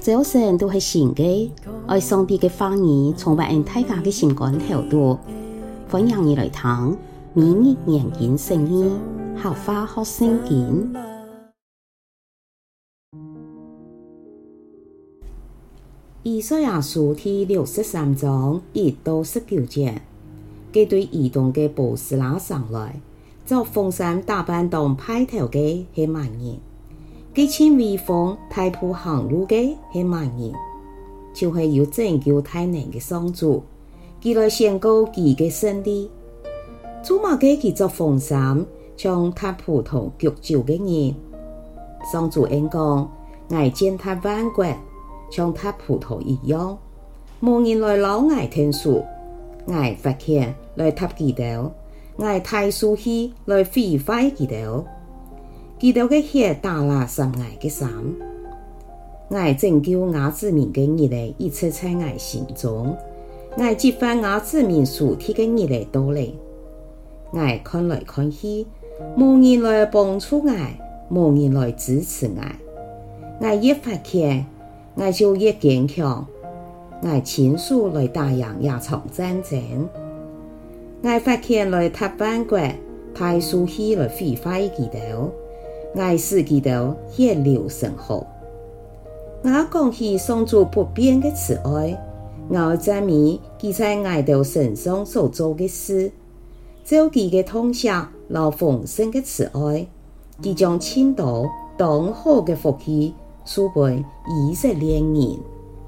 早晨都是新的，愛上帝的話語充滿大家的心肝頭度。歡迎你來聽每日研經聖經，合法學聖經。以賽亞書第63章1到19節，佢對移動的波斯拉上來，就封山打扮當派頭的係萬人。佢千威風大步行路嘅係萬人，就係要拯救大能嘅上主，佢來宣告佢嘅勝利。做乜嘅佢作封山，將他葡萄腳照嘅人，上主應講，我見他萬國，像他葡萄一樣，無人來撈我天數，我發拳來踏佢頭，我大樹氣來毀壞佢頭。佢哋嘅血打了深愛嘅心，我拯救我子民嘅日嚟一切在我心中，我激發我子民屬天嘅日嚟到嚟，我看來看去，無人來幫助我，無人來支持我越發強，我就越堅強，我親手來打贏一場戰爭，我發強來踏萬國，大樹氣來毀壞佢哋。我使佢哋血流成河。我講起上主不變的慈愛，我讚美佢在我哋身上所做的事，照佢嘅統轄和豐盛的慈愛，佢將傾倒當好的福氣賜給以色列人。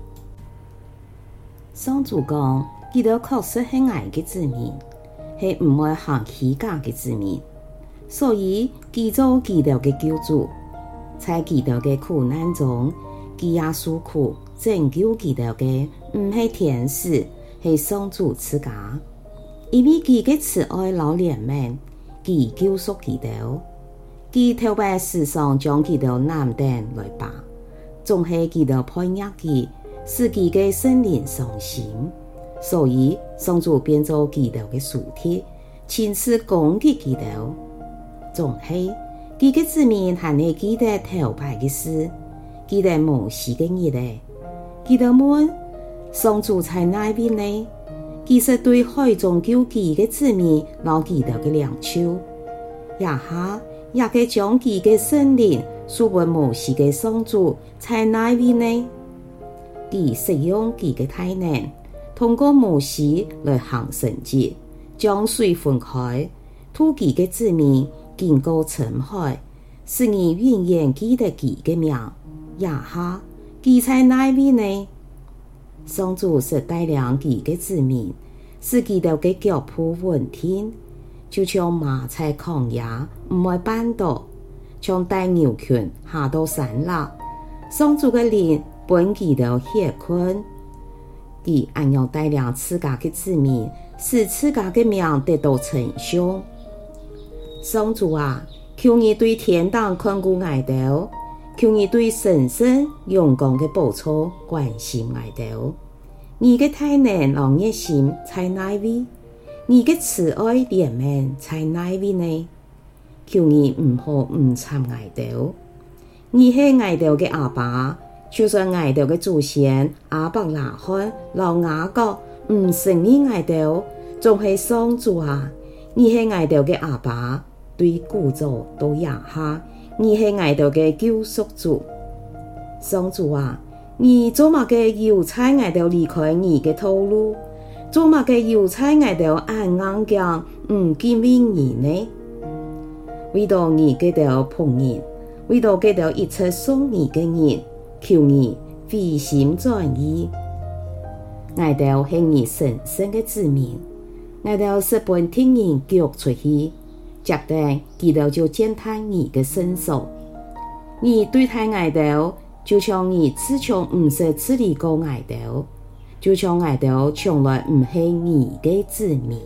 上主講，佢哋確實係我嘅子民，係唔會行虛假嘅子民。所以，佢做佢哋嘅救主，在佢哋嘅苦難中，佢也受苦，拯救佢哋嘅唔係天使，係上主自家。因為佢嘅慈愛和憐憫，佢救贖佢哋，佢投擺世上將佢哋難等來吧，總係佢哋配合佢，使佢嘅聖靈傷心。所以，上主變做佢哋嘅屬天，親自攻擊佢哋。總係佢嘅子民還係記得頭擺嘅事，記得無事嘅日咧。佢哋問上主在哪邊呢？其實對海中救佢嘅子民撈佢哋嘅兩手，也下也嘅將佢嘅聖靈賜給無事嘅上主在哪邊呢？佢使用佢嘅大能，通過無事來行神蹟，將水分開，吐佢嘅子民經過深海，使你永遠記得佢嘅名。也下佢在哪邊呢？上主是帶領佢嘅子民，使佢哋嘅腳步穩定，就像馬在曠野唔會絆倒，像大牛群下到山落。上主嘅靈本佢哋歇困，佢按樣帶領自家嘅子民，使自家嘅名得到稱頌。上主啊，求你對天堂看顧我哋，求你對神聖勇敢的寶座關心我哋。你的大能和熱心在哪位？你的慈愛憐憫在哪位呢？求你唔好誤參我哋。你係我哋嘅阿爸，就算我哋嘅祖先亞伯拉罕、老雅各唔承認我哋，仲係上主啊！你係我哋嘅阿爸。對古早都也下，你係我哋嘅救贖主。上主啊，你做乜嘅要差我哋離開你嘅道路？做乜嘅要差我哋按硬頸唔敬畏你呢？為到你嘅條僕人，為到嘅條一切送你嘅人，求你回心轉意。我哋係你神聖嘅子民，我哋是本聽人腳出去。接着佢哋就踐踏你嘅身手，你對待我哋，就像你自從唔識治理過我哋，就像我哋從來唔係你嘅子民。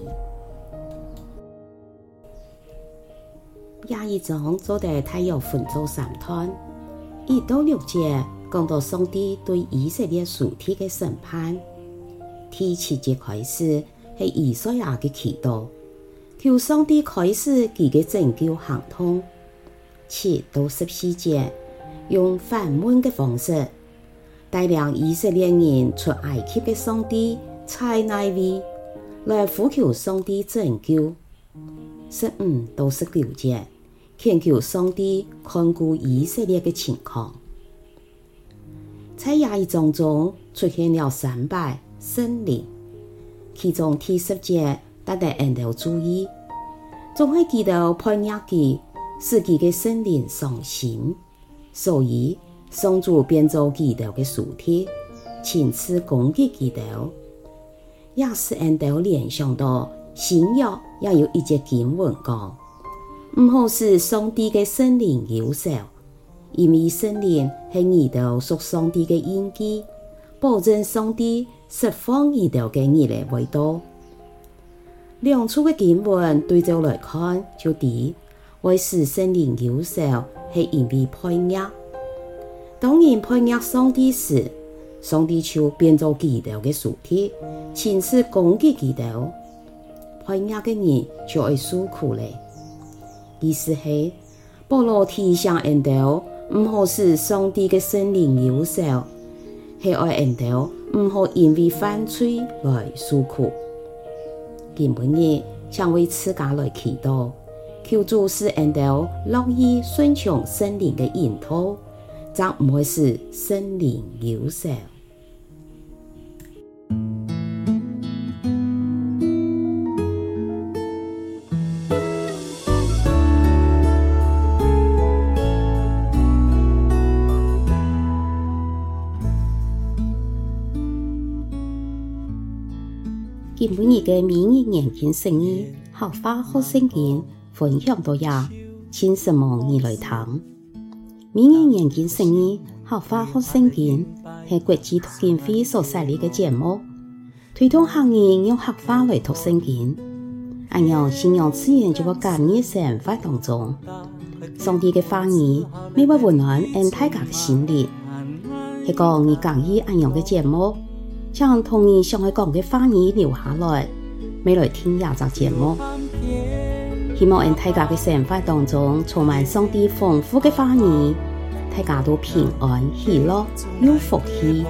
廿一章做得太有分做三段，1到6節講到上帝對以色列屬天嘅審判。第7節開始係以賽亞嘅祈禱。求上帝開始佢嘅拯救行動。7到14節用反問嘅方式， 带领以色列人出埃及的上帝采纳位，来呼求上帝拯救。15到19节，恳求上帝看顾以色列的情况。在21章中出现了3摆圣灵，其中第10节值得人哋注意，總係記到叛逆佢，使佢嘅聖靈傷心，所以上主變做佢哋嘅屍體，親自攻擊佢哋，也使人哋聯想到新約也有一節經文講，唔好使上帝嘅聖靈憂愁，因為聖靈係佢哋屬上帝嘅印記，保證上帝釋放佢哋嘅兒嚟為多。兩處嘅經文對照來看，就知為使聖靈憂愁係因為叛逆。當人叛逆上帝時，上帝就變做佢哋嘅屍體，親自攻擊佢哋。叛逆嘅人就會受苦咧。意思係保羅提醒人哋唔好使上帝嘅聖靈憂愁，係愛人哋唔好因為犯罪來受苦。今日想為自家來祈禱，求主使人哋樂意順從聖靈嘅引導，則唔會使聖靈憂愁。今日嘅每日研經聖經合法學聖經分享到呀，請什麼你來聽。每日研經聖經合法學聖經係國際讀經會所設立嘅節目，推動行業用合法來讀聖經。按樣信仰資源就會加入生活當中，上帝嘅話語每位溫暖人大家嘅心靈。係講你講意按樣嘅節目，將同你想去講嘅話語留下來，未來聽廿集節目。希望人大家嘅生活當中充滿上帝豐富嘅話語，大家都平安喜樂有福氣。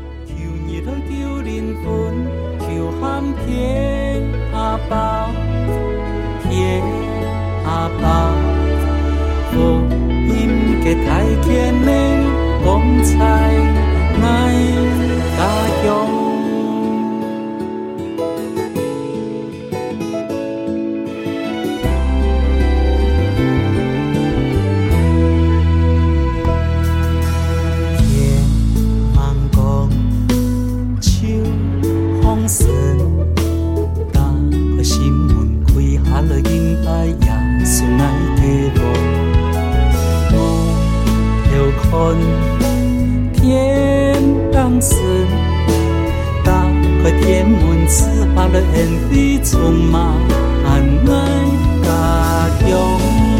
天當時打開天門，賜下了恩惠，充滿愛家鄉。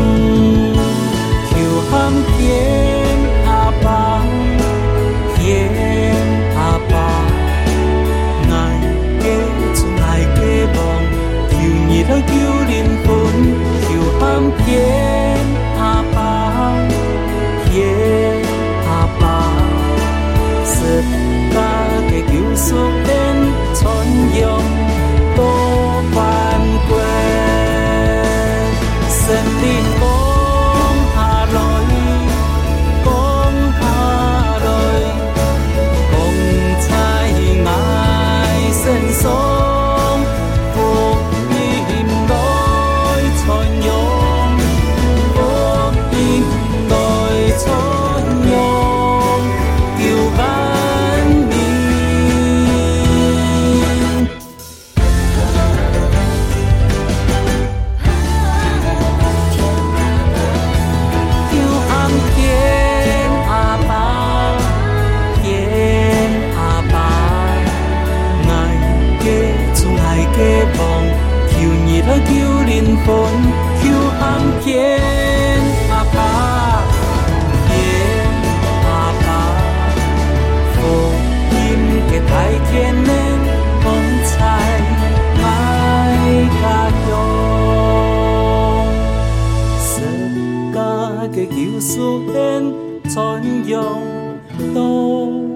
求喊天阿爸，天阿爸，愛嘅主愛嘅望，求你來救靈魂。求喊天阿爸，天阿爸，十架嘅救贖恩，傳揚多萬國，聖靈降下來，降下來，降在愛身上，福音來傳揚，福音來傳揚，救萬民。求喊天阿爸，天阿爸，愛嘅主愛嘅望，求你來救靈魂。求喊天阿爸，天阿爸，福音嘅大天能光彩愛家鄉，十架嘅救贖恩傳揚到